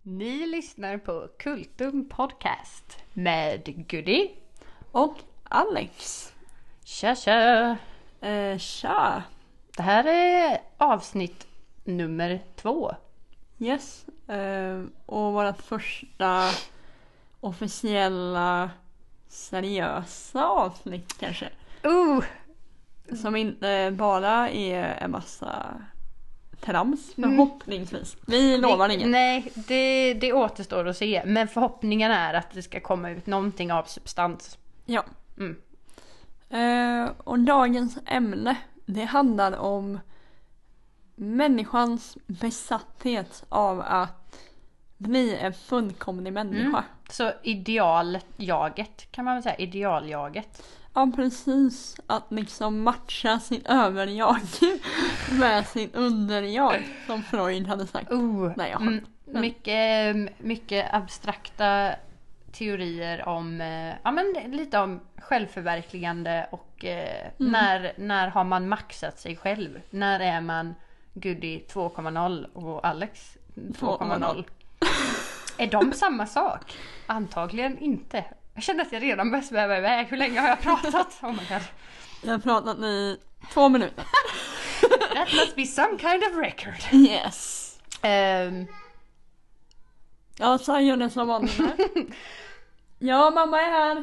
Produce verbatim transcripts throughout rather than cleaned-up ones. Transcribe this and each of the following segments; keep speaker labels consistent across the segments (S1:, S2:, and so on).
S1: Ni lyssnar på Kultum Podcast med Goody
S2: och Alex.
S1: Tja tja!
S2: Eh, tja!
S1: Det här är avsnitt nummer två.
S2: Yes. Eh, och vårt första officiella seriösa avsnitt kanske.
S1: Uh.
S2: Som inte bara är en massa trams förhoppningsvis. Vi lovar
S1: det,
S2: inget.
S1: Nej, det, det återstår att se. Men förhoppningen är att det ska komma ut någonting av substans.
S2: Ja.
S1: Mm.
S2: Eh, och dagens ämne, det handlar om människans besatthet av att bli en fullkomlig människa.
S1: Mm. Så idealjaget kan man väl säga, idealjaget.
S2: Ja, precis. Att liksom matcha sin överjag med sin underjag, som Freud hade sagt.
S1: Uh,
S2: Nej, jag
S1: mm, mycket, mycket abstrakta teorier om, eh, ja men lite om självförverkligande och eh,
S2: Mm.
S1: när, när har man maxat sig själv? När är man Goody två komma noll och Alex två komma noll? Är de samma sak? Antagligen inte. Jag känner att jag redan börjar sväva iväg. Hur länge har jag pratat? Oh my god.
S2: Jag har pratat i två minuter.
S1: That must be some kind of record.
S2: Yes.
S1: Um,
S2: Ja, så gör det som vanligt. Ja, mamma är här.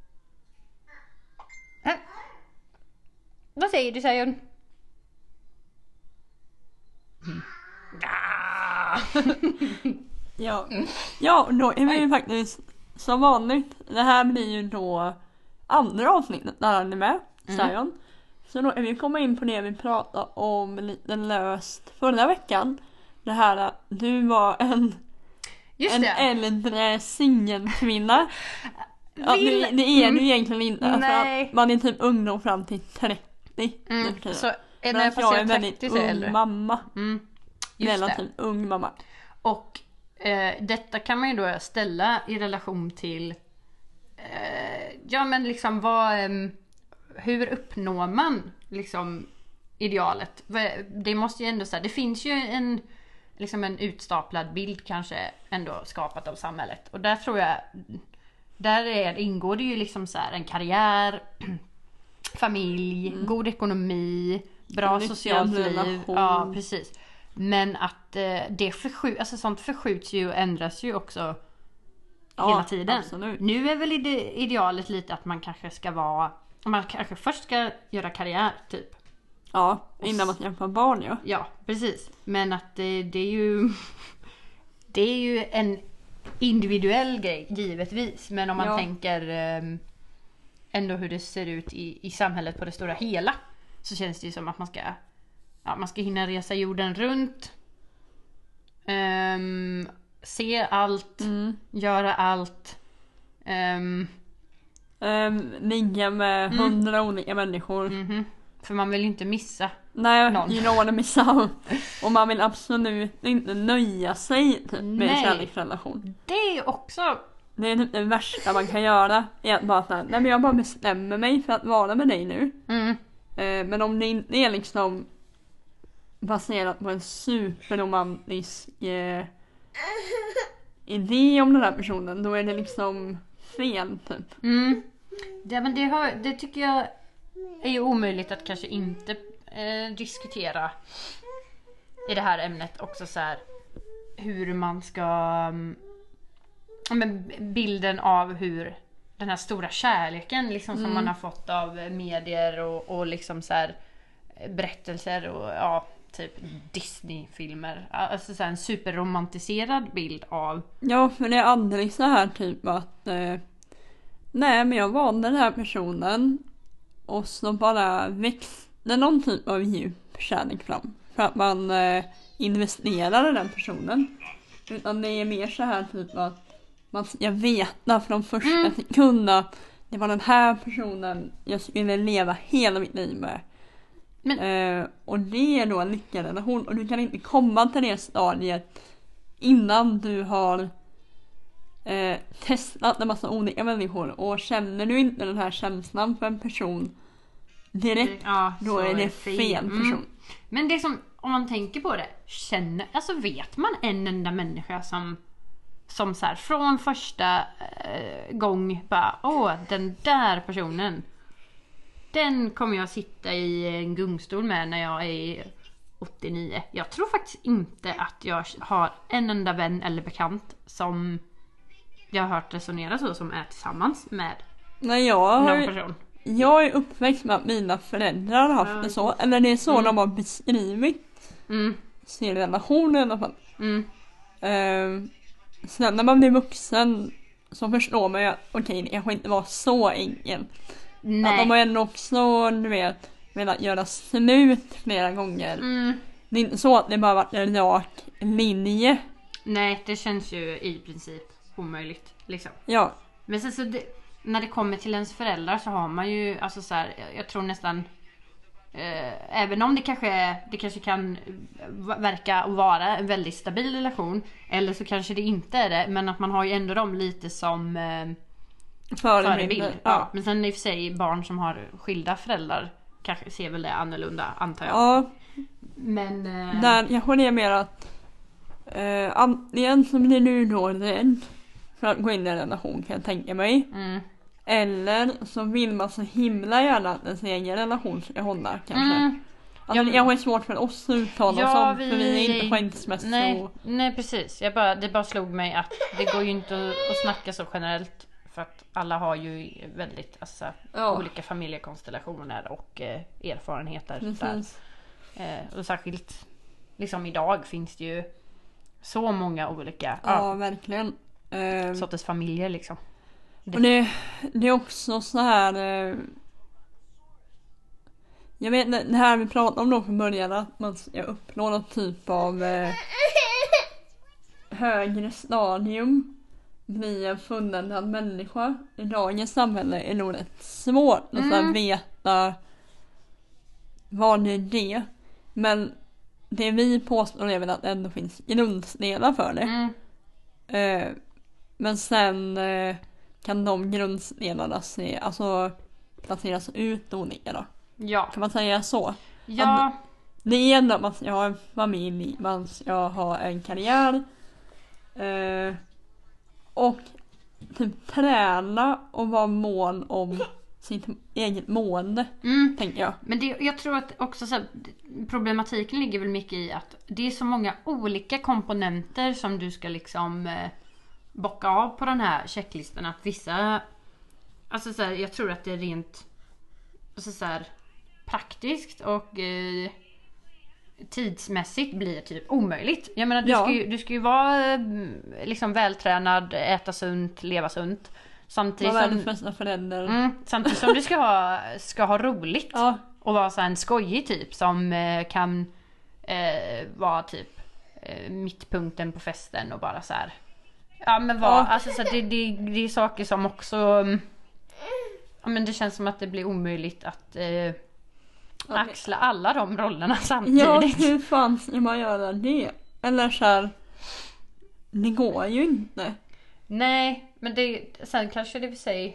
S1: äh. Vad säger du, Sion? Mm. Ah.
S2: Ja, ja, då är vi ju faktiskt som vanligt. Det här blir ju då andra avsnittet när han är med,
S1: Mm.
S2: Sion. Så då är vi komma in på det vi pratade om lite löst förra veckan. Det här att du var en,
S1: Just
S2: en
S1: det.
S2: äldre singelkvinna. Ja,
S1: Vill-
S2: det, det är
S1: Mm.
S2: du egentligen inte.
S1: Nej.
S2: För att man är typ ungdom fram till trettio.
S1: Mm.
S2: nu för tiden.
S1: Så är
S2: Men
S1: när jag
S2: att jag är
S1: passerar
S2: en väldigt
S1: trettio så är jag
S2: ung
S1: äldre.
S2: mamma.
S1: Mm. Just det.
S2: Relativt ung mamma.
S1: Och eh, detta kan man ju då ställa i relation till eh, ja men liksom vad eh, hur uppnår man liksom idealet? Det måste ju ändå säga, det finns ju en liksom en utstaplad bild kanske ändå skapat av samhället, och där tror jag där är, ingår det ju liksom så här en karriär, familj,
S2: Mm.
S1: god ekonomi, bra
S2: En lyckad
S1: socialt liv.
S2: relation.
S1: Ja, precis. Men att eh, det förskjuts, alltså sånt förskjuts ju och ändras ju också
S2: Ja,
S1: hela tiden.
S2: absolut.
S1: Nu är väl ide- idealet lite att man kanske ska vara, man kanske först ska göra karriär typ.
S2: Ja, innan man skaffar barn, ja.
S1: Ja, precis. Men att det, det är ju det är ju en individuell grej givetvis, men om man
S2: Ja.
S1: tänker eh, ändå hur det ser ut i, i samhället på det stora hela, så känns det ju som att man ska ja, man ska hinna resa jorden runt, ehm, se allt,
S2: Mm.
S1: göra allt, ehm,
S2: Um, ligga med
S1: Mm.
S2: hundra olika människor.
S1: mhm. För man vill ju inte missa.
S2: Nej,
S1: Någon.
S2: you don't wanna miss out. Och man vill absolut inte nöja sig typ, med en
S1: Nej.
S2: kärleksrelation.
S1: Det är ju också
S2: Det är typ det värsta man kan göra. Är att bara såhär, nej men jag bara bestämmer mig för att vara med dig nu.
S1: mm,
S2: Eh, men om det inte är liksom baserat på en superromantisk eh, idé om den här personen, då är det liksom fel typ.
S1: mm. Ja, men det, har, det tycker jag är ju omöjligt att kanske inte eh, diskutera i det här ämnet också, så här hur man ska mm, ja, men bilden av hur den här stora kärleken liksom, som
S2: Mm.
S1: man har fått av medier och, och liksom så här berättelser och ja, typ Disney-filmer, alltså så här en superromantiserad bild av
S2: Ja, för det är aldrig så här typ att eh, nej men jag valde den här personen och så bara växte någon typ av djup kärlek fram för att man eh, investerar i den personen. Utan det är mer så här typ att man ska veta från första
S1: Mm.
S2: sekund att det var den här personen jag skulle leva hela mitt liv med.
S1: Men-
S2: Eh, och det är då en lyckad relation, och du kan inte komma till det stadiet innan du har eh, testat en massa olika människor, och känner du inte den här känslan för en person direkt,
S1: ja,
S2: då
S1: så
S2: är det fel person.
S1: Mm. Men det som, om man tänker på det, känner, alltså vet man en enda människa som som så här, från första eh, gång bara, åh, den där personen, den kommer jag sitta i en gungstol med när jag är åttionio. Jag tror faktiskt inte att jag har en enda vän eller bekant som jag har hört resonera så, som är tillsammans med
S2: Nej, jag
S1: någon
S2: har,
S1: person.
S2: jag är uppväxt med att mina föräldrar har haft det så. Eller det är så
S1: Mm.
S2: de har beskrivit
S1: Mm,
S2: sin relation i alla fall.
S1: mm,
S2: Eh, sen när man blir vuxen så förstår man ju att okej, det kanske inte var så enkelt. Att
S1: nej.
S2: de har ändå också, du vet, velat göra slut flera gånger.
S1: Mm,
S2: Det är inte så att det bara varit en rak linje.
S1: nej, det känns ju i princip omöjligt liksom.
S2: Ja,
S1: Men sen så det, när det kommer till ens föräldrar så har man ju, alltså så här, jag, jag tror nästan eh, även om det kanske det kanske kan v- verka vara en väldigt stabil relation, eller så kanske det inte är det, men att man har ju ändå dem lite som eh, förebild. Ja.
S2: Ja.
S1: Men sen i och för sig barn som har skilda föräldrar kanske ser väl det annorlunda, antar jag.
S2: Ja,
S1: Men eh,
S2: där jag håller med att eh, antingen så blir du då rädd för att gå in i en relation, kan jag tänka mig.
S1: mm,
S2: Eller så vill man så himla gärna att ens egen relation ska hålla kanske.
S1: mm,
S2: Alltså
S1: Ja,
S2: det är svårt för oss att uttala
S1: Ja,
S2: oss om,
S1: vi-
S2: för vi är inte skilsmässor.
S1: nej, nej precis. Jag bara, det bara slog mig att det går ju inte att, att snacka så generellt, för att alla har ju väldigt alltså,
S2: Ja.
S1: olika familjekonstellationer och eh, erfarenheter där.
S2: Precis.
S1: Eh, och särskilt liksom idag finns det ju så många olika
S2: Ja,
S1: ja,
S2: verkligen. Eh,
S1: sorters familjer liksom.
S2: och det, det är också så här. Eh, jag vet det det här vi pratade om då från början, att man ska uppnå någon typ av eh, högre stadium, bli en fulländad människa. I dagens samhälle är nog rätt svårt att så här
S1: Mm.
S2: veta vad det är det. Men det vi påstår är väl att det ändå finns grunddelar för det.
S1: Mm,
S2: Eh, men sen eh, kan de grundstenarna se, alltså placeras ut olika då.
S1: ja.
S2: Kan man säga så?
S1: Ja.
S2: Det är ändå att man ska ha en familj, man ska ha en karriär. Eh, och typ träna och vara mån om sitt eget mående,
S1: Mm.
S2: tänker jag.
S1: Men det, jag tror att också så här, problematiken ligger väl mycket i att det är så många olika komponenter som du ska liksom eh, bocka av på den här checklistan, att vissa, alltså så här, jag tror att det är rent alltså så här, praktiskt och eh, tidsmässigt blir typ omöjligt. Jag menar du,
S2: Ja.
S1: ska ju, du ska ju vara eh, liksom vältränad, äta sunt, leva sunt, samtidigt
S2: Vara
S1: som
S2: världens bästa förälder.
S1: Mm, samtidigt som du ska ha, ska ha roligt
S2: Ja,
S1: och vara så här en skojig typ som eh, kan eh, vara typ eh, mittpunkten på festen och bara så här. Ja men vad,
S2: Ja.
S1: alltså så här, det, det, det är saker som också mm, ja men det känns som att det blir omöjligt att eh, axla alla de rollerna
S2: ja,
S1: samtidigt.
S2: hur fan ska man göra det? Eller så här, det går ju inte.
S1: Nej, men det, sen kanske det vill säga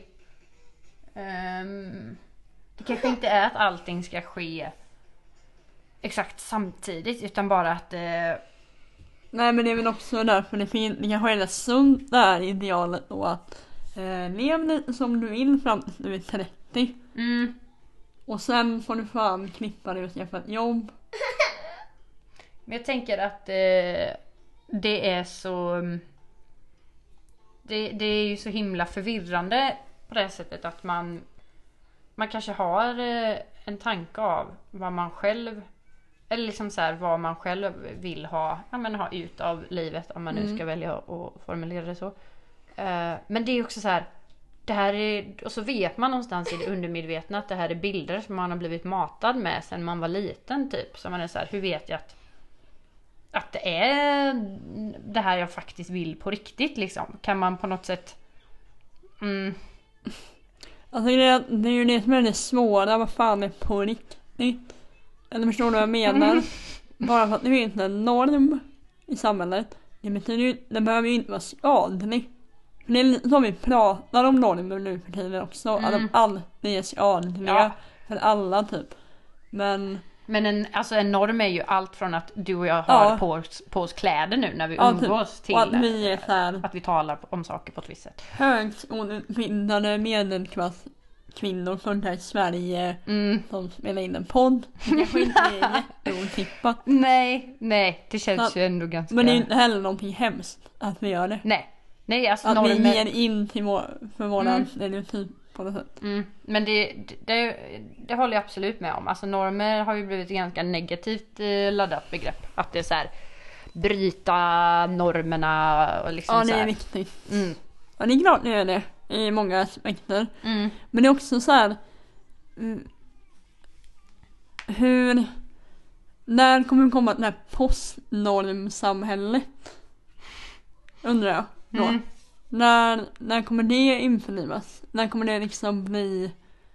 S1: ehm, det kanske inte är att allting ska ske exakt samtidigt, utan bara att eh,
S2: Nej, men det är väl också därför det finns, det kanske är rätt sunt det här idealet då att eh, lev lite som du vill fram till du är trettio.
S1: mm,
S2: Och sen får du fan klippa dig och skaffa ett jobb.
S1: men jag tänker att eh, det är så mm, det, det är ju så himla förvirrande på det sättet att man man kanske har eh, en tanke av vad man själv, eller liksom så här, vad man själv vill ha, ja, men ha ut av livet, om man nu
S2: Mm.
S1: ska välja att formulera det så. Eh, men det är också så här, det här är, och så vet man någonstans i det undermedvetna att det här är bilder som man har blivit matad med sedan man var liten typ. Så man är så här, hur vet jag att att det är det här jag faktiskt vill på riktigt liksom? Kan man på något sätt mm,
S2: Alltså det är, det är ju det som är det svåra, vad fan är på riktigt? Eller förstår du vad jag menar?
S1: Mm.
S2: Bara för att det finns en norm i samhället, det betyder ju, det behöver ju inte vara skadlig. För det är lite som vi pratar om normer nu för tiden också,
S1: Mm.
S2: att de alltid är skadliga
S1: Ja.
S2: för alla typ. Men
S1: Men en, alltså en norm är ju allt från att du och jag har
S2: Ja.
S1: på, oss, på oss kläder nu när vi
S2: Ja,
S1: umgås
S2: typ.
S1: till
S2: Och att vi är så här
S1: att vi talar om saker på ett visst sätt.
S2: högutbildade medelklass kvinnor från där i Sverige
S1: Mm.
S2: som spelar in en podd. Det kanske inte är jätteotippat.
S1: Nej, nej, det känns
S2: Ja,
S1: ju ändå ganska...
S2: Men det är ju inte heller någonting hemskt att vi gör det.
S1: Nej, nej alltså
S2: Att vi
S1: normer...
S2: ger in till vår, för våran
S1: Mm.
S2: stereotyp på något sätt.
S1: Mm. Men det, det, det håller jag absolut med om. Alltså normer har ju blivit ett ganska negativt eh, laddat begrepp. Att det är så här bryta normerna och liksom
S2: Ja, det
S1: så här.
S2: är viktigt.
S1: Mm.
S2: Ja, det är klart det är det i många aspekter.
S1: Mm.
S2: Men det är också så här. mm, Hur... När kommer vi komma till det här postnormsamhället? Undrar jag då.
S1: Mm.
S2: När, när kommer det införlivas? När kommer det liksom bli...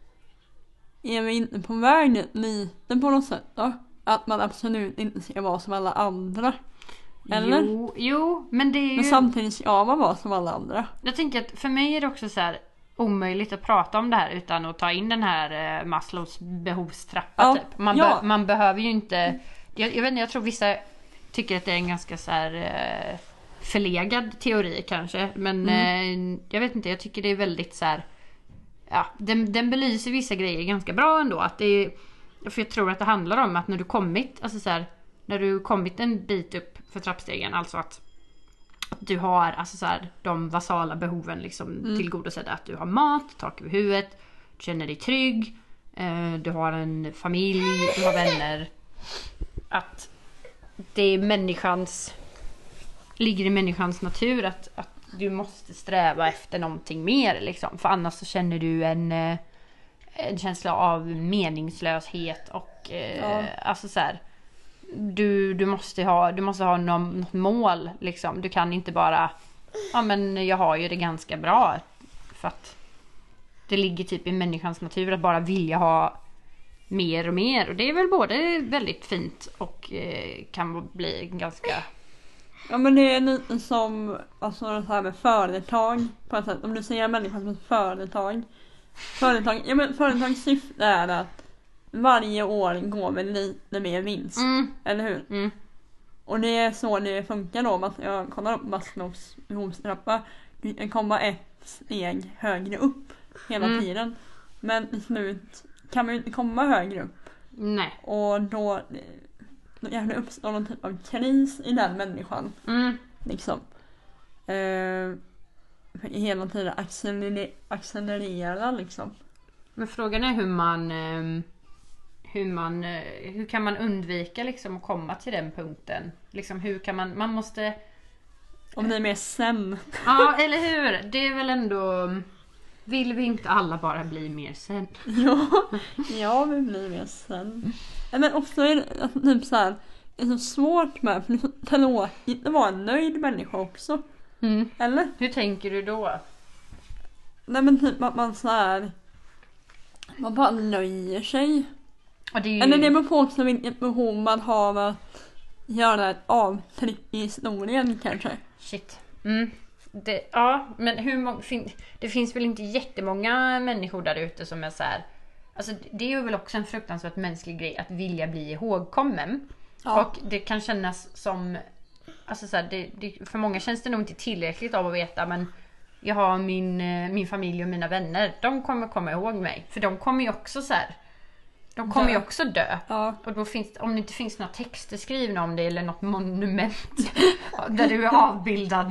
S2: Är vi inte på väg dit lite på något sätt då? Att man absolut inte ska vara som alla andra. Eller?
S1: Jo, jo, men det är ju...
S2: Men samtidigt ska man vara som alla andra.
S1: Jag tänker att för mig är det också så här omöjligt att prata om det här utan att ta in den här eh, Maslows behovstrappa
S2: Ja,
S1: typ. Man,
S2: ja.
S1: be- man behöver ju inte... Jag, jag vet inte, jag tror vissa tycker att det är en ganska så här eh, förlegad teori kanske. Men
S2: Mm.
S1: eh, jag vet inte, jag tycker det är väldigt så här... Ja, den, den belyser vissa grejer ganska bra ändå. Att det är, för jag tror att det handlar om att när du kommit, alltså så här, när du kommit en bit upp för trappstegen, alltså att du har alltså så här, de basala behoven liksom
S2: Mm.
S1: tillgodosedda. Att du har mat, tak över huvudet, du känner dig trygg, eh, du har en familj, du har vänner. Att det är människans, ligger i människans natur att, att du måste sträva efter någonting mer liksom. För annars så känner du en, eh, en känsla av meningslöshet och eh,
S2: Ja.
S1: alltså så här, du, du måste ha, du måste ha någon, något mål liksom. Du kan inte bara, ja men jag har ju det ganska bra, för att det ligger typ i människans natur att bara vilja ha mer och mer, och det är väl både väldigt fint och eh, kan bli ganska...
S2: Ja, men det är lite som alltså det här med företag på ett sätt. Om du ser människan som ett företag. Företag, ja men företags syfte är att varje år går med lite mer vinst.
S1: Mm,
S2: Eller hur?
S1: mm,
S2: Och det är så det funkar då. Om att jag kollar upp Maslows behovstrappa. Du kan komma ett steg högre upp hela
S1: Mm.
S2: tiden. Men till slut kan man ju inte komma högre upp.
S1: nej.
S2: Och då, då kan det uppstå någon typ av kris i den människan.
S1: Mm,
S2: Liksom. Eh, hela tiden acceler- accelerera liksom.
S1: men frågan är hur man eh, hur man eh, hur kan man undvika liksom att komma till den punkten, liksom hur kan man man måste,
S2: Om det är mer sen.
S1: ja eller hur, det är väl ändå, vill vi inte alla bara bli mer sen?
S2: Ja, ja, vi blir mer sen. Men också är det alltså, typ så här, det är så svårt med, för det kan inte vara en nöjd människa också.
S1: Mm.
S2: Eller?
S1: Hur tänker du då?
S2: Nej men typ att man så här, man bara nöjer sig.
S1: Och det är ju...
S2: Eller det beror på också vilket behov man har att göra ett avtryck i historien kanske.
S1: Shit. Mm. Det, ja, men hur många, fin, det finns väl inte jättemånga människor där ute som är så här. Alltså det är ju väl också en fruktansvärt mänsklig grej att vilja bli ihågkommen.
S2: Ja.
S1: Och det kan kännas som, alltså så här, det, det, för många känns det nog inte tillräckligt av att veta, men jag har min, eh, min familj och mina vänner, de kommer komma ihåg mig. För de kommer ju också så här, de kommer
S2: Dö.
S1: ju också dö.
S2: Ja.
S1: Och då finns, om det inte finns några texter skrivna om det eller något monument där du är avbildad,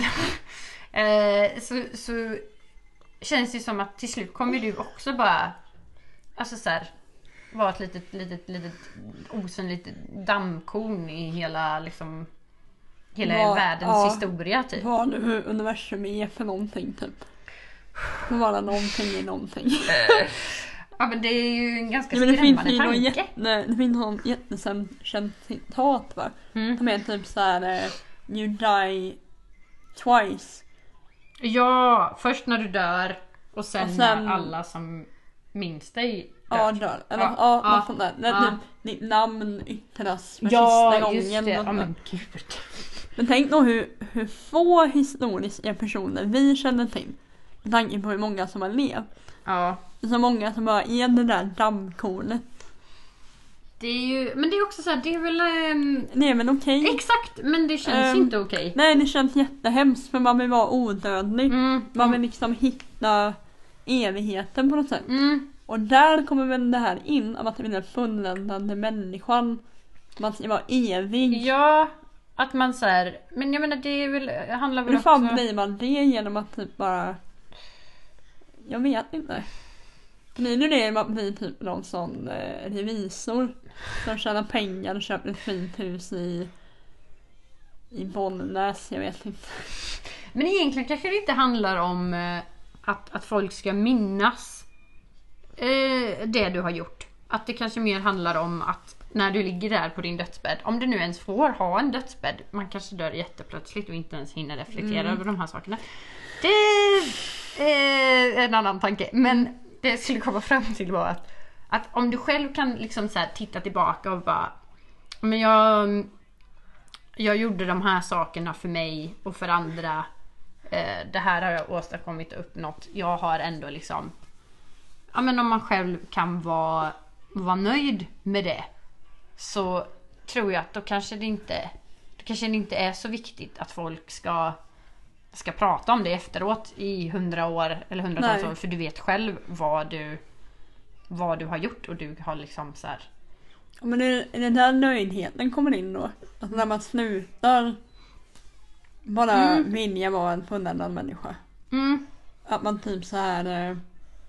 S1: eh, så, så känns det som att till slut kommer du också bara, alltså så här, vara ett litet, litet, litet osynligt dammkorn i hela liksom hela
S2: Ja,
S1: världens
S2: ja.
S1: historia typ.
S2: Vad nu universum är för någonting typ. Vara någonting i någonting.
S1: Ja, men det är ju en ganska
S2: Ja, men det finns
S1: skrämmande
S2: ju någon
S1: tanke.
S2: jätte, det finns någon jättekänt citat va.
S1: Mm.
S2: Som är typ såhär eh, you die twice.
S1: Ja, först när du dör och sen,
S2: Och sen-
S1: när alla som minns dig dör.
S2: Ja, dör. Eller
S1: Ja,
S2: ja,
S1: ja,
S2: något sånt där. När
S1: ja.
S2: typ ditt namn yttras för
S1: Ja,
S2: sista
S1: just
S2: gången.
S1: det.
S2: och
S1: Ja,
S2: sånt där.
S1: men gud.
S2: Men tänk då hur, hur få historiska personer vi känner till. Med tanke på hur många som har levt.
S1: Ja,
S2: Så många som bara är det där dammkornet.
S1: Det är ju, men det är också så här, det är väl... Um,
S2: Nej men okej. Okay.
S1: Exakt, men det känns um, inte okej. Okay.
S2: Nej, det känns jättehemskt för man vill vara odödlig.
S1: Mm.
S2: Man vill liksom hitta evigheten på något sätt.
S1: Mm.
S2: Och där kommer väl det här in av att det är den fulländande människan. Man ska vara evig.
S1: Ja, att man så här, men jag menar det är väl, det handlar väl
S2: hur
S1: också...
S2: fan blir man det genom att typ bara... Jag vet inte. Blir det det man blir typ någon sån eh, revisor som tjänar pengar och köper ett fint hus i i Bollnäs, jag vet inte.
S1: Men egentligen kanske det inte handlar om eh, att, att folk ska minnas eh, det du har gjort. Att det kanske mer handlar om att när du ligger där på din dödsbädd, om du nu ens får ha en dödsbädd, man kanske dör jätteplötsligt och inte ens hinner reflektera mm. över de här sakerna. Det är en annan tanke, men det jag skulle komma fram till var att, att om du själv kan liksom så här titta tillbaka och bara, men jag, jag gjorde de här sakerna för mig och för andra, eh, det här har jag åstadkommit och uppnått, jag har ändå liksom, ja men om man själv kan vara, vara nöjd med det, så tror jag att då kanske det inte, då kanske det inte är så viktigt att folk ska ska prata om det efteråt i hundra år eller hundratals år, för du vet själv vad du vad du har gjort och du har liksom så här.
S2: Men det, den där nöjdheten kommer in då, alltså när man slutar bara mm. vilja vara en fulländad människa.
S1: Mm.
S2: Att man typ så här eh,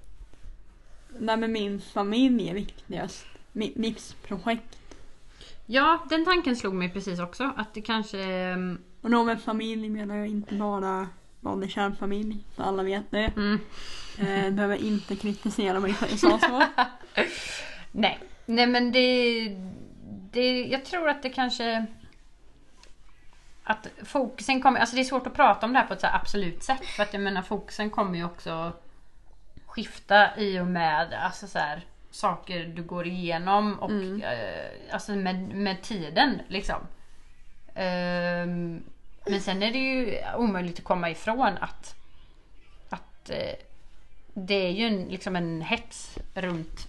S2: nej men min familj är viktigast, mitt livsprojekt.
S1: Ja, den tanken slog mig precis också, att det kanske...
S2: Och då med familj menar jag inte bara vanlig kärnfamilj, så alla vet det.
S1: Mm.
S2: Eh, behöver inte kritisera mig för att jag sa så.
S1: Nej, nej men det, det... Jag tror att det kanske... Att fokusen kommer... Alltså det är svårt att prata om det här på ett så här absolut sätt, för att jag menar fokusen kommer ju också skifta i och med alltså så här, saker du går igenom och mm. eh, alltså med, med tiden liksom. Um, men sen är det ju omöjligt att komma ifrån att att eh, det är ju en, liksom en hets runt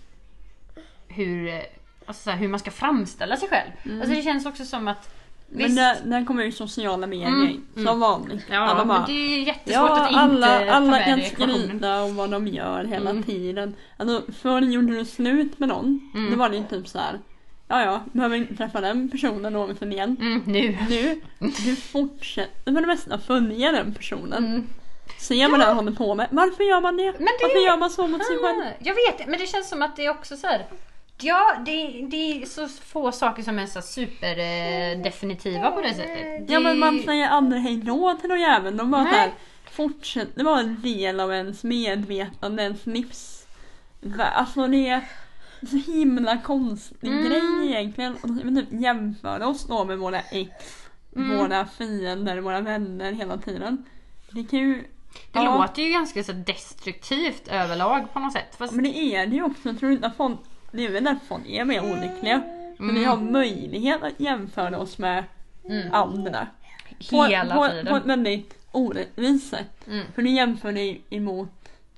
S1: hur, alltså så här, hur man ska framställa sig själv. Mm. Alltså det känns också som att
S2: men där, där kommer ju sociala medier mm, som mm. vanligt.
S1: Ja, alla bara, men det är jättesvårt
S2: ja,
S1: att inte
S2: alla, alla
S1: ta med
S2: kan skriva om vad de gör hela
S1: mm.
S2: tiden. Alltså, förr gjorde du slut med någon. Mm. Då var det ju typ så här. Ja, ja, behöver inte träffa den personen någonsin igen.
S1: Mm, nu.
S2: Nu, du fortsätter med det mesta följa den personen.
S1: Mm.
S2: Se vad ja. den håller på med. Varför gör man det?
S1: Men det
S2: Varför gör man så mot sig själv?
S1: Jag vet, men det känns som att det är också så här. Ja, det, det är så få saker som är så super eh, definitiva på det sättet. Det...
S2: Ja, men man säger aldrig hej då till någon jävel. De bara så här, fortsätter vara en del av ens medvetande, ens livs... Alltså det är så himla konstig mm. grej egentligen. Och vi typ jämför oss då med våra ex, mm. våra fiender, våra vänner hela tiden. Det kan ju...
S1: Det
S2: ja.
S1: låter ju ganska så destruktivt överlag på något sätt. Fast...
S2: Men det är det ju också. Jag tror inte att folk... Det är väl därför folk är mer olyckliga. För mm. vi har möjlighet att jämföra oss med mm. andra. På,
S1: Hela
S2: på,
S1: tiden.
S2: på ett väldigt orättvist sätt.
S1: Mm.
S2: För nu jämför ni emot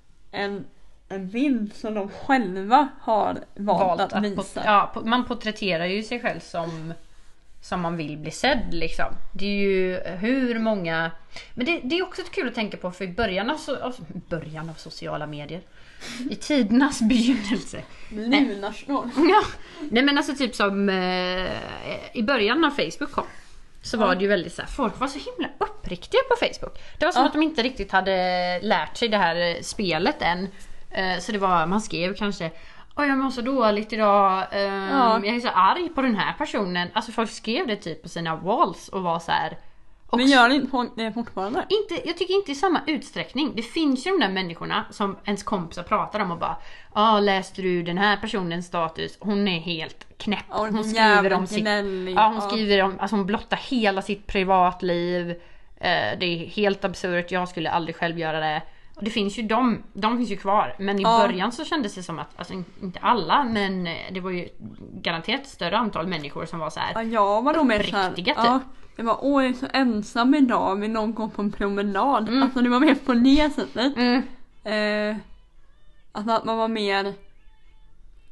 S2: en, en bild som de själva har valt, valt att, att visa.
S1: Pot- ja, man porträtterar ju sig själv som, som man vill bli sedd liksom. Det är ju hur många... Men det, det är också kul att tänka på, för i början av, so- början av sociala medier, i tidernas begynnelse.
S2: Lunarsnår.
S1: Ja. Nej men alltså typ som eh, i början när Facebook kom, så var det ju väldigt så här, folk var så himla uppriktiga på Facebook. Det var som ja. att de inte riktigt hade lärt sig det här spelet än. Eh, så det var, man skrev kanske, oj jag mår så dåligt idag, eh, ja. jag är så arg på den här personen. Alltså folk skrev det typ på sina walls och var så här.
S2: Men gör inte folk det fortfarande?
S1: Inte, jag tycker inte i samma utsträckning. Det finns ju de där människorna som ens kompisar pratar om och bara, ja ah, läste du den här personens status? Hon är helt knäpp.
S2: Oh,
S1: hon skriver om sitt, ja, hon skriver om, alltså hon blottar hela sitt privatliv. Eh, det är helt absurt. Jag skulle aldrig själv göra det. Och det finns ju de, de finns ju kvar. Men i ja. början så kändes det som att, alltså inte alla, men det var ju garanterat ett större antal människor som var så här.
S2: Ja, jag var nog mer så här.
S1: Typ.
S2: Ja. Jag var, åh jag är så ensam idag, vill någon gå på en promenad. Mm. Alltså det var mer på det sättet.
S1: Mm.
S2: Eh, alltså att man var mer,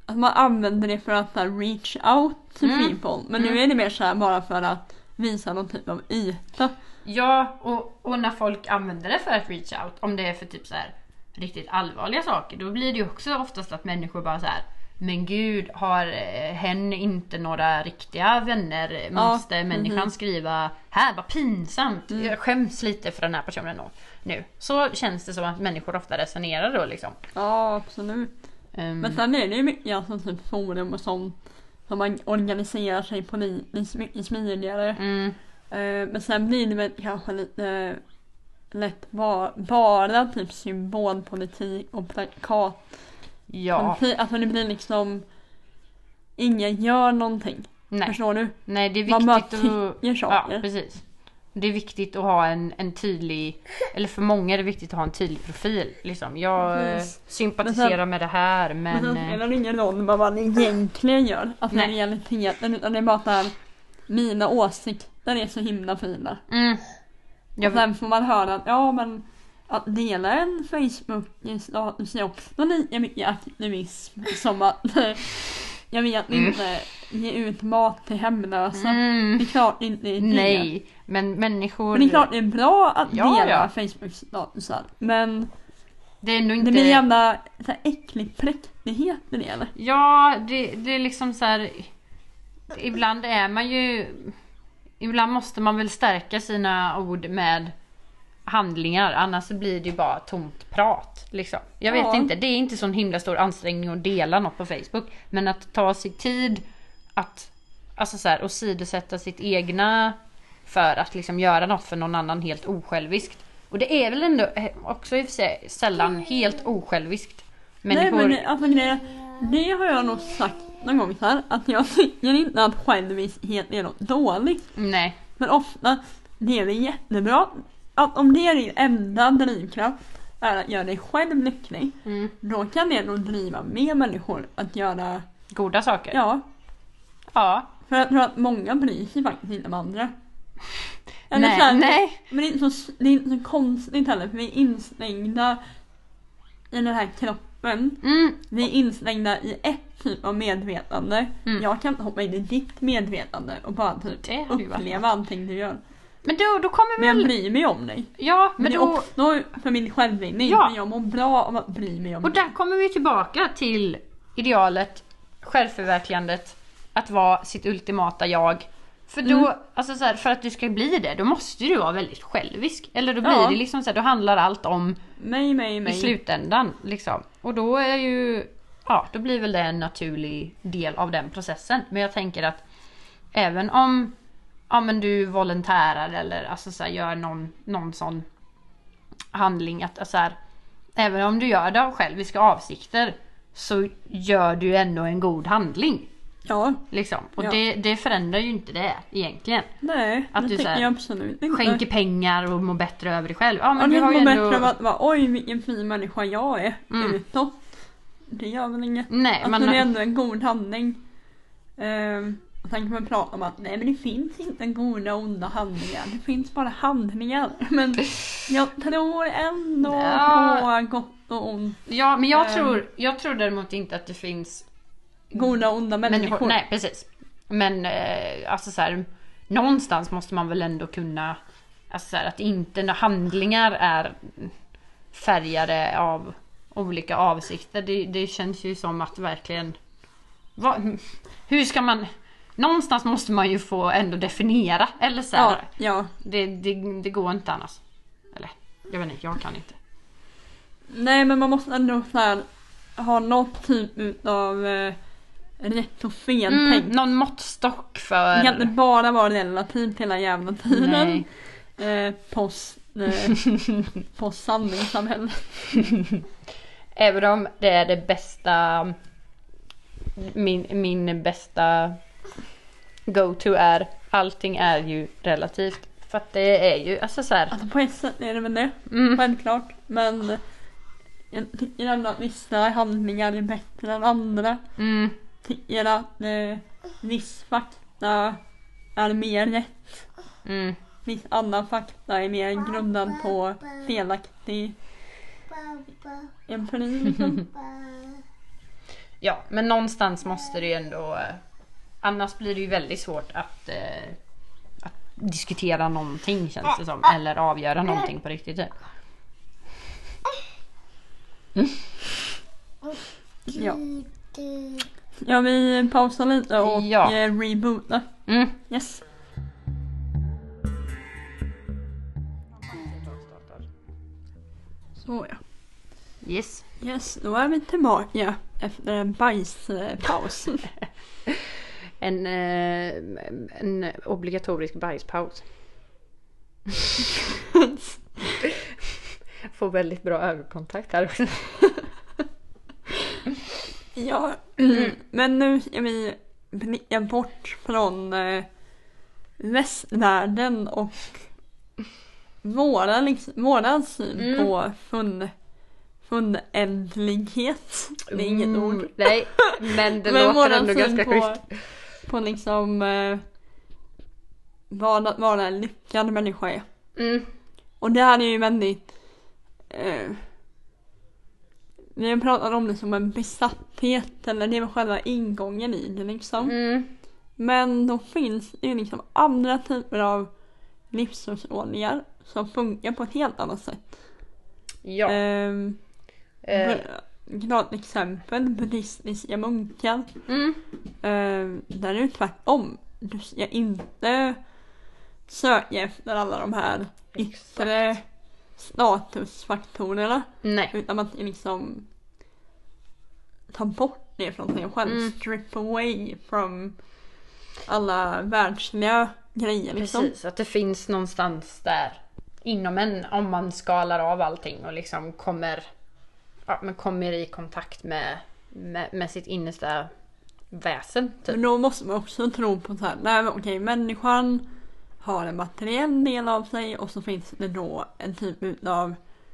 S2: att man använder det för att så här, reach out to
S1: Mm.
S2: people. Men
S1: Mm.
S2: nu är det mer så här bara för att visa någon typ av yta.
S1: Ja, och, och när folk använder det för att reach out, om det är för typ så här riktigt allvarliga saker, då blir det ju också oftast att människor bara så här: men gud, har eh, hen inte några riktiga vänner? Måste
S2: Ja,
S1: människan
S2: mhm.
S1: skriva här, vad pinsamt,
S2: Mm.
S1: jag skäms lite för den här personen nu. Så känns det som att människor ofta resonerar då liksom.
S2: Ja, absolut.
S1: Ehm,
S2: Men sen är det ju mycket alltså, typ forum och sånt som man organiserar sig politiskt mycket smidigare.
S1: mm,
S2: Eh, men sen blir det väl kanske lite lätt bara, bara typ symbolpolitik och plakat.
S1: ja,
S2: Alltså det blir liksom ingen gör någonting.
S1: nej.
S2: Förstår du?
S1: Nej, det är
S2: Man bara
S1: viktigt att...
S2: tycker
S1: Ja,
S2: saker.
S1: precis. Det är viktigt att ha en, en tydlig, eller för många är det viktigt att ha en tydlig profil. Liksom. Jag eh,
S2: Precis.
S1: sympatiserar
S2: Men sen-
S1: med det här,
S2: Men
S1: men...
S2: sen
S1: eh,
S2: spelar det ingen roll vad man egentligen gör. Alltså
S1: Nej.
S2: i realiteten. Utan det är bara att mina åsikter är så himla fina.
S1: mm,
S2: Och
S1: jag,
S2: sen får man höra att ja men att dela en Facebook-status är också lika mycket aktivism som att eh, jag vet
S1: Mm.
S2: inte ge ut mat till hemlösa.
S1: mm,
S2: Det är klart inte är det.
S1: nej, men människor...
S2: Men det är klart det är bra att
S1: Ja,
S2: dela
S1: ja.
S2: Facebook-statusar. Men
S1: det är ändå
S2: det
S1: inte...
S2: blir jävla så här äcklig präktighet i det eller?
S1: Ja, det, det är liksom så här. Ibland är man ju... Ibland måste man väl stärka sina ord med handlingar, annars så blir det ju bara tomt prat liksom. Jag
S2: Ja.
S1: vet inte, det är inte sån himla stor ansträngning att dela något på Facebook, men att ta sig tid att alltså så här, och sidosätta sitt egna för att liksom göra något för någon annan helt osjälviskt. Och det är väl ändå eh, också i och för sig sällan helt osjälviskt. Människor...
S2: Nej men det- alltså det, det har jag nog sagt någon gång så här, att jag tycker inte att själviskhet är något dåligt.
S1: Nej.
S2: Men ofta det är det jättebra att om det är din enda drivkraft är att göra dig själv lycklig,
S1: Mm.
S2: då kan det nog driva med människor att göra,
S1: Goda saker.
S2: ja,
S1: Ja.
S2: för jag tror att många bryr sig faktiskt inte om andra. Eller
S1: Nej,
S2: så här,
S1: nej.
S2: Men det är, inte så, det är inte så konstigt heller för vi är instängda i den här kroppen.
S1: Mm.
S2: Vi är instängda i ett typ av medvetande.
S1: Mm.
S2: Jag kan inte hoppa in i ditt medvetande och bara typ
S1: Det hade ju varit
S2: uppleva allting du gör.
S1: Men då, då kommer
S2: Men jag
S1: väl...
S2: bryr mig om dig.
S1: Ja,
S2: Men
S1: men
S2: det är
S1: då...
S2: också för min självvinning.
S1: Ja.
S2: Men jag mår bra av att bry mig om
S1: Och
S2: dig.
S1: där kommer vi tillbaka till idealet, självförverkligandet, att vara sitt ultimata jag. För då,
S2: Mm.
S1: alltså så här, för att du ska bli det, då måste du vara väldigt självisk. Eller då blir
S2: Ja.
S1: det liksom så här, då handlar allt om
S2: Mig, mig,
S1: i
S2: mig.
S1: slutändan liksom. Och då är ju, ja, då blir väl det en naturlig del av den processen. Men jag tänker att även om, ja men du volontärar eller alltså så här, gör någon, någon sån handling att alltså här, även om du gör det av själviska avsikter så gör du ändå en god handling
S2: Ja,
S1: liksom. Och
S2: Ja.
S1: det, det förändrar ju inte det egentligen.
S2: nej.
S1: Att
S2: det
S1: du
S2: tycker
S1: så här
S2: jag absolut inte.
S1: Skänker pengar och mår bättre över dig själv. Ja men
S2: Ja,
S1: du
S2: det
S1: har
S2: går
S1: ju
S2: bättre
S1: ändå...
S2: av att vara, oj vilken fin människa jag är
S1: Mm.
S2: utåt. Det gör väl inget.
S1: Nej
S2: Alltså
S1: men...
S2: det är ändå en god handling. Ehm, och sen kan man prata om att nej men det finns inte goda och onda handlingar. Det finns bara handlingar. Men jag tror ändå
S1: Ja.
S2: på gott och ont.
S1: Ja men jag
S2: Ehm.
S1: tror, jag tror däremot inte att det finns
S2: Goda och onda människor.
S1: människor. Nej precis. Men eh, alltså så här, någonstans måste man väl ändå kunna, alltså så här, att inte när handlingar är färgade av olika avsikter. Det, det känns ju som att verkligen vad, hur ska man, någonstans måste man ju få ändå definiera eller så här,
S2: Ja, ja.
S1: det, det, det går inte annars. Eller jag vet inte, jag kan inte.
S2: Nej men man måste ändå så här, ha något typ av eh, rätt och fel
S1: Mm,
S2: tänk.
S1: någon måttstock
S2: Det
S1: för...
S2: kan inte bara vara relativt hela jävla tiden.
S1: Nej.
S2: Eh, post, eh, post sanningssamhälle.
S1: Även om det är det bästa, min, min bästa go-to är, allting är ju relativt. För att det är ju, alltså så här,
S2: Alltså på ett sätt är det väl det.
S1: mm,
S2: Självklart. Men jag tycker ändå att vissa handlingar är bättre än andra.
S1: mm,
S2: Tycker att eh, viss fakta är mer rätt.
S1: mm,
S2: Viss annan fakta är mer grundad på felaktig empiri liksom.
S1: ja, men någonstans måste det ju ändå, eh, annars blir det ju väldigt svårt att, eh, att diskutera någonting, känns det som, eller avgöra någonting på riktigt. Mm.
S2: Ja. Ja, vi pausar lite och
S1: Ja.
S2: eh, rebootar.
S1: Mm.
S2: Yes. Så ja.
S1: Yes.
S2: Yes, då är vi tillbaka efter en bajspaus.
S1: En, eh, en obligatorisk bajspaus. Får väldigt bra ögonkontakt här också.
S2: Ja, mm. Men nu ska vi blicka bort från eh, västvärlden och våra, liksom, våra syn
S1: Mm.
S2: på fun, funändlighet. Det är inget
S1: Mm,
S2: ord.
S1: Nej, men det
S2: Men
S1: låter
S2: våran
S1: ändå
S2: syn
S1: ganska
S2: på,
S1: schysst.
S2: på liksom eh, vad att vara en lyckad människa är.
S1: Mm.
S2: Och det här är ju väldigt eh, vi har pratat om det som en besatthet, eller det är själva ingången i det liksom.
S1: Mm.
S2: Men då finns det ju liksom andra typer av livsåskådningar som funkar på ett helt annat sätt.
S1: Ja.
S2: Ehm,
S1: Eh,
S2: Ett exempel, buddhistiska munkar.
S1: mm.
S2: Ehm, där är det tvärtom. Du ska inte söka efter alla de här yttre statusfaktorerna.
S1: Nej.
S2: Utan man liksom ta bort det från sig själv.
S1: Mm.
S2: Strip away from alla världsliga grejer liksom.
S1: Precis, att det finns någonstans där inom en, om man skalar av allting och liksom kommer, ja, men kommer i kontakt med, med, med sitt innersta väsen typ.
S2: Men då måste man också tro på så här, nej men okej, människan har en materiell del av sig och så finns det då en typ av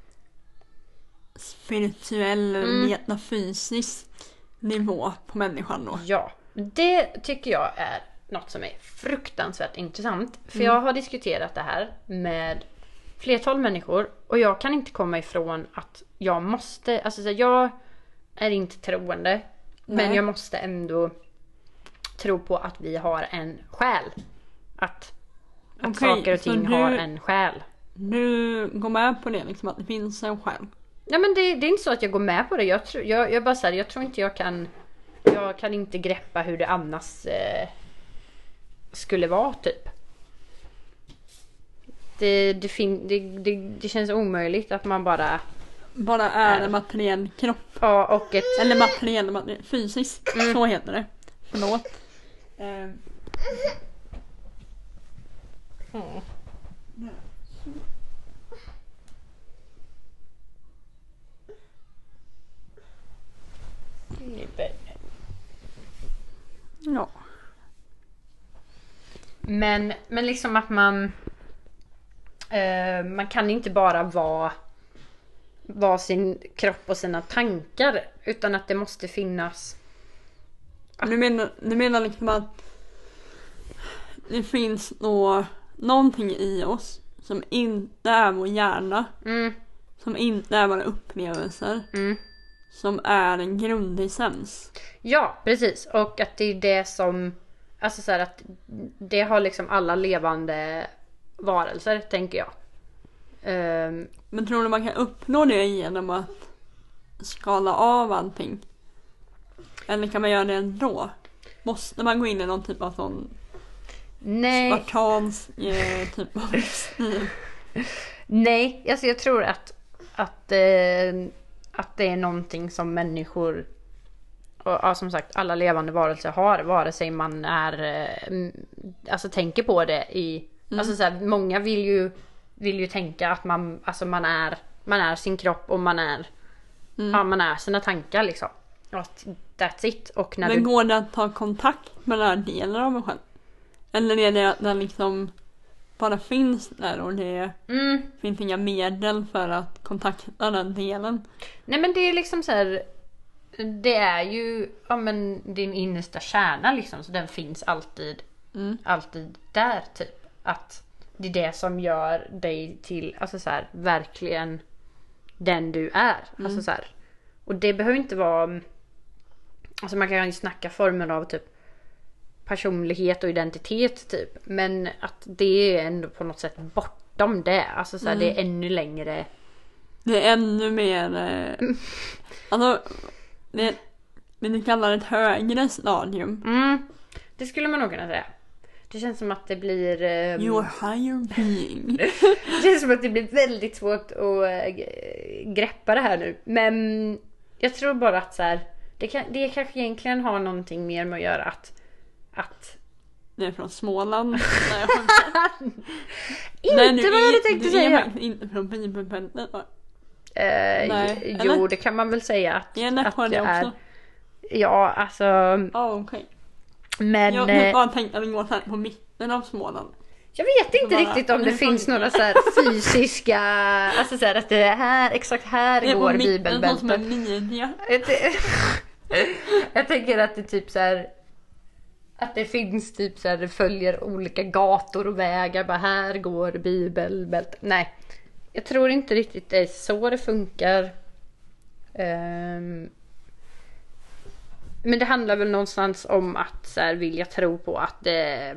S2: spirituell,
S1: Mm.
S2: metafysisk nivå på människan då.
S1: Ja, det tycker jag är något som är fruktansvärt intressant. För
S2: Mm.
S1: jag har diskuterat det här med flertal människor och jag kan inte komma ifrån att jag måste, alltså så här, jag är inte troende, men
S2: Nej.
S1: jag måste ändå tro på att vi har en själ. Att, att
S2: Okej,
S1: saker och
S2: så
S1: ting
S2: du-
S1: har en själ.
S2: Du går med på det liksom, att det finns en själv.
S1: Ja, men det, det är inte så att jag går med på det. Jag, tror, jag, jag bara så här, jag tror inte jag kan, jag kan inte greppa hur det annars eh, skulle vara typ. Det, det, fin, det, det, det känns omöjligt att man bara,
S2: Bara är
S1: Är.
S2: en materiell kropp.
S1: ja, och ett,
S2: Eller materiell, materiell fysisk.
S1: Mm.
S2: Så heter det. Förlåt. Ehm, ja.
S1: Men, men liksom att man eh, man kan inte bara vara vara sin kropp och sina tankar, utan att det måste finnas.
S2: Du menar, du menar liksom att det finns då någonting i oss som inte är vår hjärna,
S1: Mm,
S2: som inte är våra upplevelser,
S1: mm.
S2: som är en grundessens.
S1: Ja, precis. Och att det är det som, alltså så här, att det har liksom alla levande varelser, tänker jag. Ehm,
S2: Men tror du man kan uppnå det genom att skala av allting? Eller kan man göra det ändå? Måste man gå in i någon typ av sån
S1: nej,
S2: spartansk eh, typ av stil?
S1: nej, alltså jag tror att att, eh, att det är någonting som människor och ja, som sagt alla levande varelser har, vare sig man är eh, m- alltså tänker på det i,
S2: Mm.
S1: alltså så här, många vill ju vill ju tänka att man, alltså man är man är sin kropp och man är
S2: Mm.
S1: ja, man är sina tankar liksom. Att that's it. Och när
S2: Men
S1: du,
S2: går det att ta kontakt med den här delen av mig själv? Eller är det att den liksom bara finns där och det
S1: mm,
S2: finns inga medel för att kontakta den delen?
S1: nej men det är liksom så här, det är ju ja, men din innersta kärna liksom, så den finns alltid
S2: Mm.
S1: alltid där typ. Att det är det som gör dig till, alltså så här, verkligen den du är.
S2: Mm.
S1: Alltså så här. Och det behöver inte vara alltså man kan ju snacka former av typ personlighet och identitet typ, men att det är ändå på något sätt bortom det, alltså så här,
S2: Mm.
S1: det är ännu längre.
S2: Det är ännu mer eh, alltså det, men du kallar det ett högre stadium.
S1: Mm. Det skulle man nog kunna säga. Det känns som att det blir um,
S2: Your higher being.
S1: det känns som att det blir väldigt svårt att uh, greppa det här nu, men jag tror bara att så här, det, kan, det kanske egentligen har någonting mer med att göra att att
S2: Det är från Småland. Nej,
S1: inte
S2: Nej,
S1: vad
S2: du
S1: jag hade
S2: är-
S1: tänkt att
S2: du är
S1: säga.
S2: faktiskt inte från Bibelbältet, va?
S1: Eh,
S2: Nej,
S1: jo,
S2: eller?
S1: det kan man väl säga att,
S2: Är det
S1: att
S2: från det
S1: jag är.
S2: också?
S1: Ja, alltså,
S2: Ja, okej.
S1: men
S2: Jag
S1: eh,
S2: har bara tänkt att det går så här på mitten av Småland.
S1: jag vet inte
S2: bara-
S1: riktigt om det
S2: det
S1: finns
S2: fan-
S1: några så här fysiska, alltså så här att det är här, exakt här
S2: Det är
S1: går
S2: på mitten så som en
S1: bibelbältet.
S2: midja.
S1: Jag t- Jag tänker att det typ så här, att det finns typ så här, det följer olika gator och vägar, bara här går bibelbältet. Nej, jag tror inte riktigt det är så det funkar. Ehm, men det handlar väl någonstans om att så här, vilja tro på att det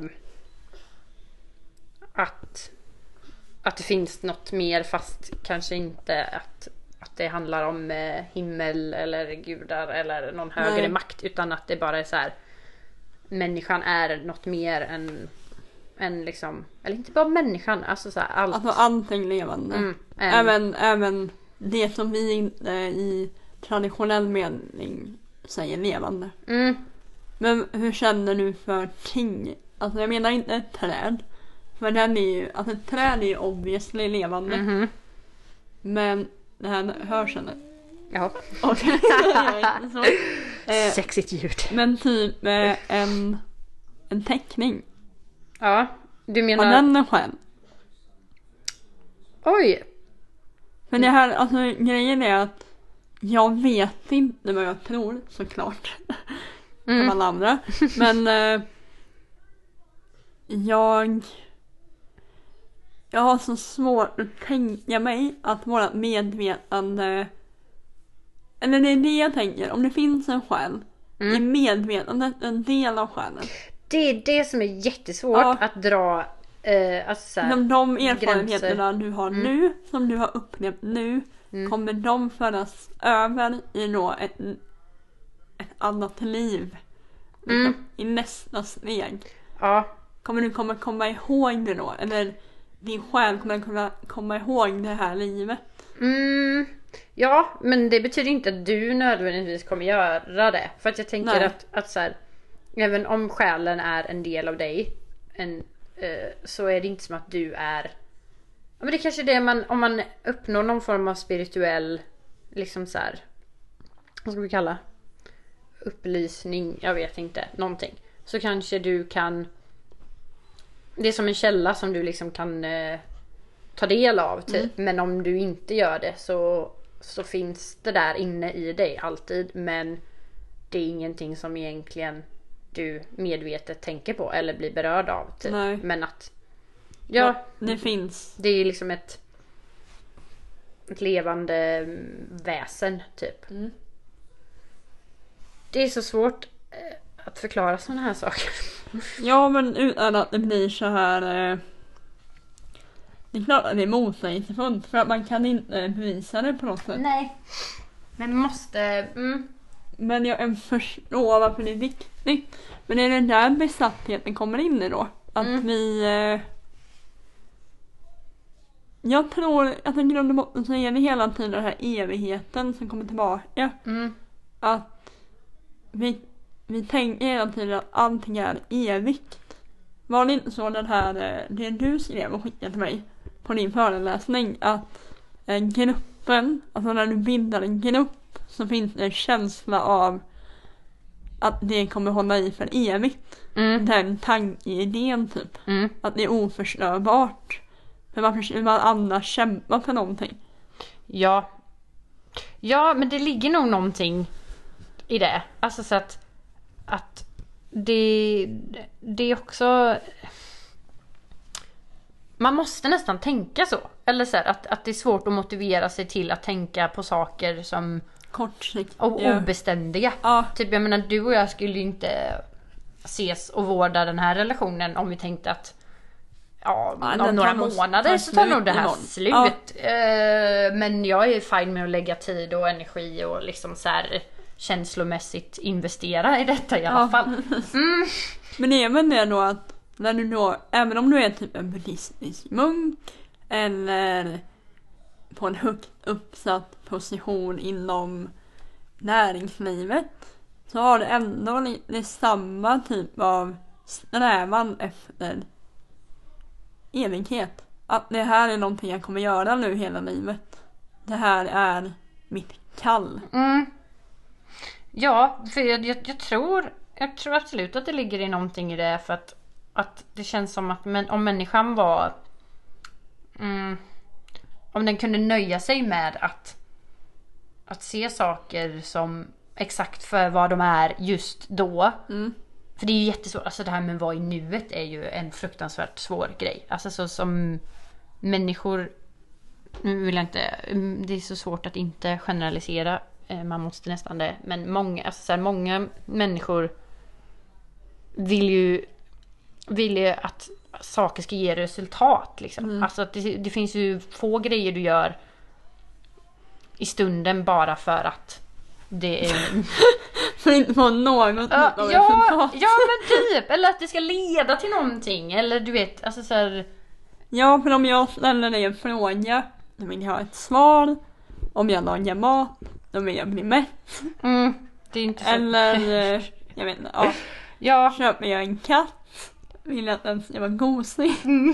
S1: att att det finns något mer, fast kanske inte att att det handlar om eh, himmel eller gudar eller någon högre
S2: Nej.
S1: makt, utan att det bara är så här, människan är något mer än än liksom, eller inte bara människan, alltså så här, allt.
S2: Alltså allting levande.
S1: Mm, en-
S2: Även, även det som vi inte i traditionell mening säger levande.
S1: mm,
S2: Men hur känner du för ting? Alltså jag menar inte ett träd. För den är ju, alltså ett träd är ju obviously levande.
S1: mhm.
S2: Men det här hörseln.
S1: Ja.
S2: Och jag är inte så. Eh,
S1: Sexigt ljud.
S2: men typ eh, en, en teckning.
S1: Ja, du
S2: Har
S1: menar...
S2: den en själ?
S1: Oj!
S2: För det här, alltså grejen är att jag vet inte vad jag tror, såklart. Som
S1: Mm.
S2: alla andra. Men eh, jag jag har så svårt att tänka mig att våra medvetande, eller det är det jag tänker, om det finns en själ,
S1: Mm.
S2: är medvetandet en del av själen?
S1: Det är det som är jättesvårt
S2: Ja.
S1: att dra, eh, alltså så här,
S2: Som de erfarenheterna du har
S1: Mm.
S2: nu, som du har upplevt nu,
S1: Mm.
S2: kommer de föras över i då ett, ett annat liv. Liksom,
S1: Mm.
S2: i nästa steg.
S1: Ja,
S2: Kommer du komma, komma ihåg det då? Eller din själ kommer kunna komma ihåg det här livet?
S1: mm, ja, men det betyder inte att du nödvändigtvis kommer göra det. För att jag tänker
S2: Nej.
S1: att, att så här, även om själen är en del av dig, en, eh, så är det inte som att du är... Ja, men det är kanske det man, om man uppnår någon form av spirituell, liksom så här, vad ska vi kalla, upplysning, jag vet inte, någonting. Så kanske du kan, det är som en källa som du liksom kan eh, ta del av typ. Men om du inte gör det så, så finns det där inne i dig alltid, men det är ingenting som egentligen du medvetet tänker på eller blir berörd av typ.
S2: Nej.
S1: Men att ja,
S2: Det finns.
S1: det är liksom ett ett levande mm, väsen typ.
S2: Mm.
S1: Det är så svårt eh, att förklara sådana här saker.
S2: Ja, men utan att det blir så här... Eh, det är klart att det är motsägelsefullt, för att man kan inte bevisa det på något sätt.
S1: Nej. Men man måste... Mm.
S2: Men jag förstår varför det är viktigt. Men det är den där besattheten kommer in i då. Att
S1: Mm.
S2: vi... Eh, jag tror att i grund och botten så är det hela tiden den här evigheten som kommer tillbaka.
S1: Mm.
S2: Att vi, vi tänker hela tiden att allting är evigt. Var det inte så den här, eh, det du skrev och skickade till mig på din föreläsning, att eh, gruppen, alltså när du bildar en grupp så finns det en känsla av att det kommer hålla i för evigt.
S1: Mm.
S2: Den tankeidén typ.
S1: Mm.
S2: Att det är oförstörbart. Men varför skulle man annars kämpa för någonting?
S1: Ja. Ja, men det ligger nog någonting i det. Alltså så att, att det, det är också... Man måste nästan tänka så. Eller så här, att, att det är svårt att motivera sig till att tänka på saker som
S2: kortsiktiga.
S1: Och obeständiga.
S2: Ja.
S1: Typ jag menar, du och jag skulle ju inte ses och vårda den här relationen om vi tänkte att ja,
S2: Ja,
S1: om
S2: den
S1: några
S2: tar nog-
S1: månader
S2: tar
S1: så tar
S2: slut
S1: nog det här
S2: imorgon.
S1: slut.
S2: Ja.
S1: Eh, men jag är fine med att lägga tid och energi och liksom så här känslomässigt investera i detta i alla
S2: Ja.
S1: fall. Mm.
S2: Men det är väl det då att när du då, även om du är typ en buddhistisk munk eller på en högt uppsatt position inom näringslivet, så har du ändå lite samma typ av strävan efter evighet. Att det här är någonting jag kommer göra nu hela livet. Det här är mitt kall.
S1: Mm. Ja, för jag, jag, jag tror jag tror absolut att det ligger i någonting i det, för att, att det känns som att men, om människan var mm, om den kunde nöja sig med att att se saker som exakt för vad de är just då.
S2: Mm.
S1: För det är ju jättesvårt, alltså det här med vad i nuet är ju en fruktansvärt svår grej. Alltså så som människor, nu vill jag inte, det är så svårt att inte generalisera, man måste nästan det, men många, alltså så här, många människor vill ju vill ju att saker ska ge resultat liksom.
S2: Mm.
S1: Alltså att det, det finns ju få grejer du gör i stunden bara för att det är
S2: För inte få något
S1: ja,
S2: av
S1: ja,
S2: resultat.
S1: ja men typ, eller att det ska leda till någonting, eller du vet, alltså så här,
S2: Ja, för om jag ställer dig en fråga, då vill jag ha ett svar. Om jag lagar mat, då vill jag bli mätt.
S1: mm, det är inte så.
S2: Eller, eh, jag vet inte, ja.
S1: Ja,
S2: Köper jag en katt, vill jag att den ska vara gosig.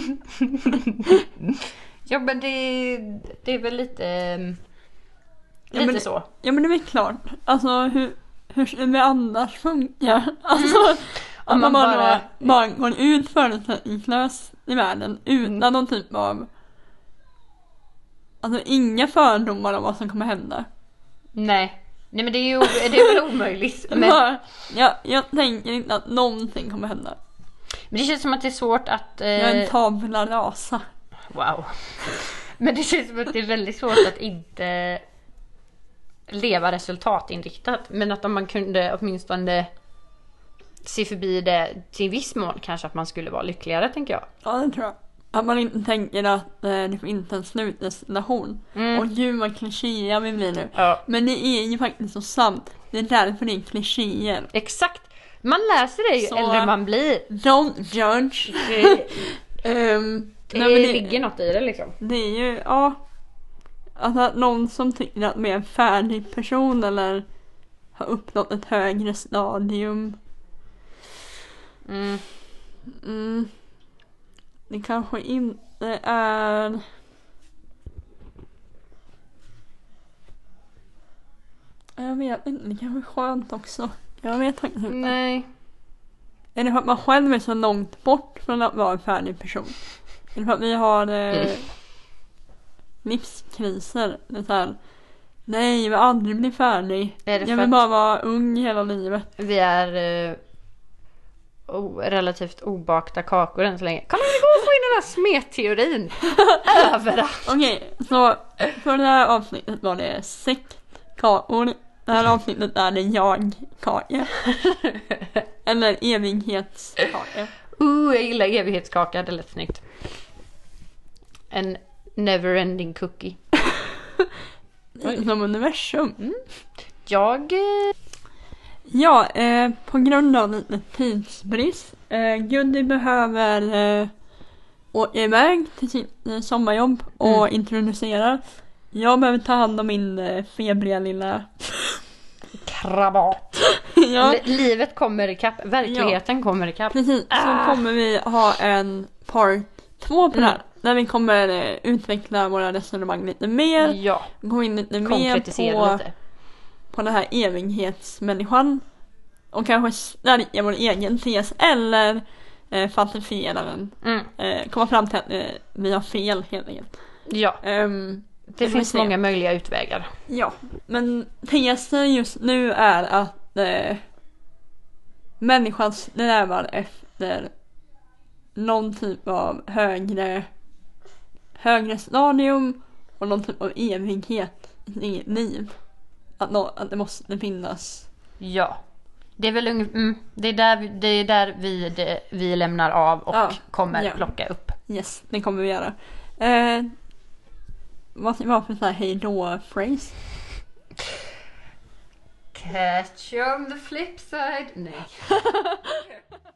S1: ja men det, det är väl lite um,
S2: Ja,
S1: lite
S2: men-
S1: så.
S2: Ja, men det är väl klart. Alltså, hur, hur ska det annars funka? Alltså, att
S1: Om
S2: man,
S1: man
S2: bara,
S1: bara-
S2: bara går ut förutsättningslöst i världen utan
S1: Mm.
S2: någon typ av... Alltså, inga fördomar om vad som kommer hända.
S1: Nej. Nej men det är ju det är väl omöjligt. Men,
S2: Men... Ja, jag tänker inte att någonting kommer hända.
S1: men det känns som att det är svårt att eh,
S2: Jag är en tabula rasa.
S1: wow. Men det känns som att det är väldigt svårt att inte leva resultatinriktat. Men att om man kunde åtminstone se förbi det till viss mån, kanske att man skulle vara lyckligare, tänker jag.
S2: Ja, det tror jag. Att man inte tänker att eh, det finns en slutdestination.
S1: Mm.
S2: Och gud vad klichéer vi blir nu.
S1: Ja.
S2: Men det är ju faktiskt så sant. Det är därför det är klichéer.
S1: Exakt. Man läser det ju
S2: Så-
S1: äldre man blir.
S2: Don't judge.
S1: Det,
S2: um,
S1: det,
S2: nej, men det,
S1: ligger något i det liksom.
S2: det är ju, ja. Alltså att någon som tycker att man är en färdig person eller har uppnått ett högre stadium.
S1: Mm.
S2: Mm, det kanske inte är... Jag vet inte, det kanske är skönt också. Jag vet faktiskt inte.
S1: Nej.
S2: Är det för att man själv är så långt bort från att vara en färdig person? Är det för att vi har eh,
S1: Mm.
S2: livskriser? Det är så här, nej, jag vill aldrig bli färdig.
S1: Är det
S2: Jag
S1: för
S2: vill
S1: att
S2: bara vara ung hela livet.
S1: vi är eh, o- relativt obakta kakor än så länge? Kan man ju gå och få in den här smetteorin överallt?
S2: Okej, så för det här avsnittet var det sex kakor. Det här avsnittet är det jag-kaka. Eller evighetskaka.
S1: Uh, jag gillar evighetskaka, det lät snyggt. En never-ending cookie. Oj.
S2: Som universum.
S1: Jag... eh,
S2: Ja, eh, på grund av lite tidsbrist. Eh, Guddy behöver eh, åka iväg till sitt eh, sommarjobb och
S1: Mm.
S2: introducera. Jag behöver ta hand om min eh, febriga lilla...
S1: Krabat.
S2: ja,
S1: L- livet kommer ikapp. Verkligheten kommer ikapp.
S2: precis. Så
S1: Ah.
S2: kommer vi ha en part två på det här.
S1: Mm.
S2: Där vi kommer eh, utveckla våra resonemang lite mer.
S1: Ja,
S2: Gå in lite mer
S1: konkretisera
S2: på,
S1: lite.
S2: på den här evighetsmänniskan. Och kanske stärka vår egen tes. Eller eh, falsifiera den.
S1: Mm.
S2: Eh, komma fram till att eh, vi har fel helt enkelt.
S1: Ja,
S2: Ehm,
S1: det
S2: får
S1: finns
S2: se.
S1: många möjliga utvägar.
S2: Ja, men tesen just nu är att eh, människan strävar efter någon typ av högre högre stadium och någon typ av evighet i sitt eget liv. Att, nå, att det måste finnas.
S1: Ja. Det är väl ung- mm, det är där, vi, det är där vi, det, vi lämnar av och
S2: Ja,
S1: kommer
S2: ja.
S1: plocka upp.
S2: Yes, det kommer vi göra. Eh, vad ska det vara för sån här hej då-phrase?
S1: Catch you on the flip side. Nej.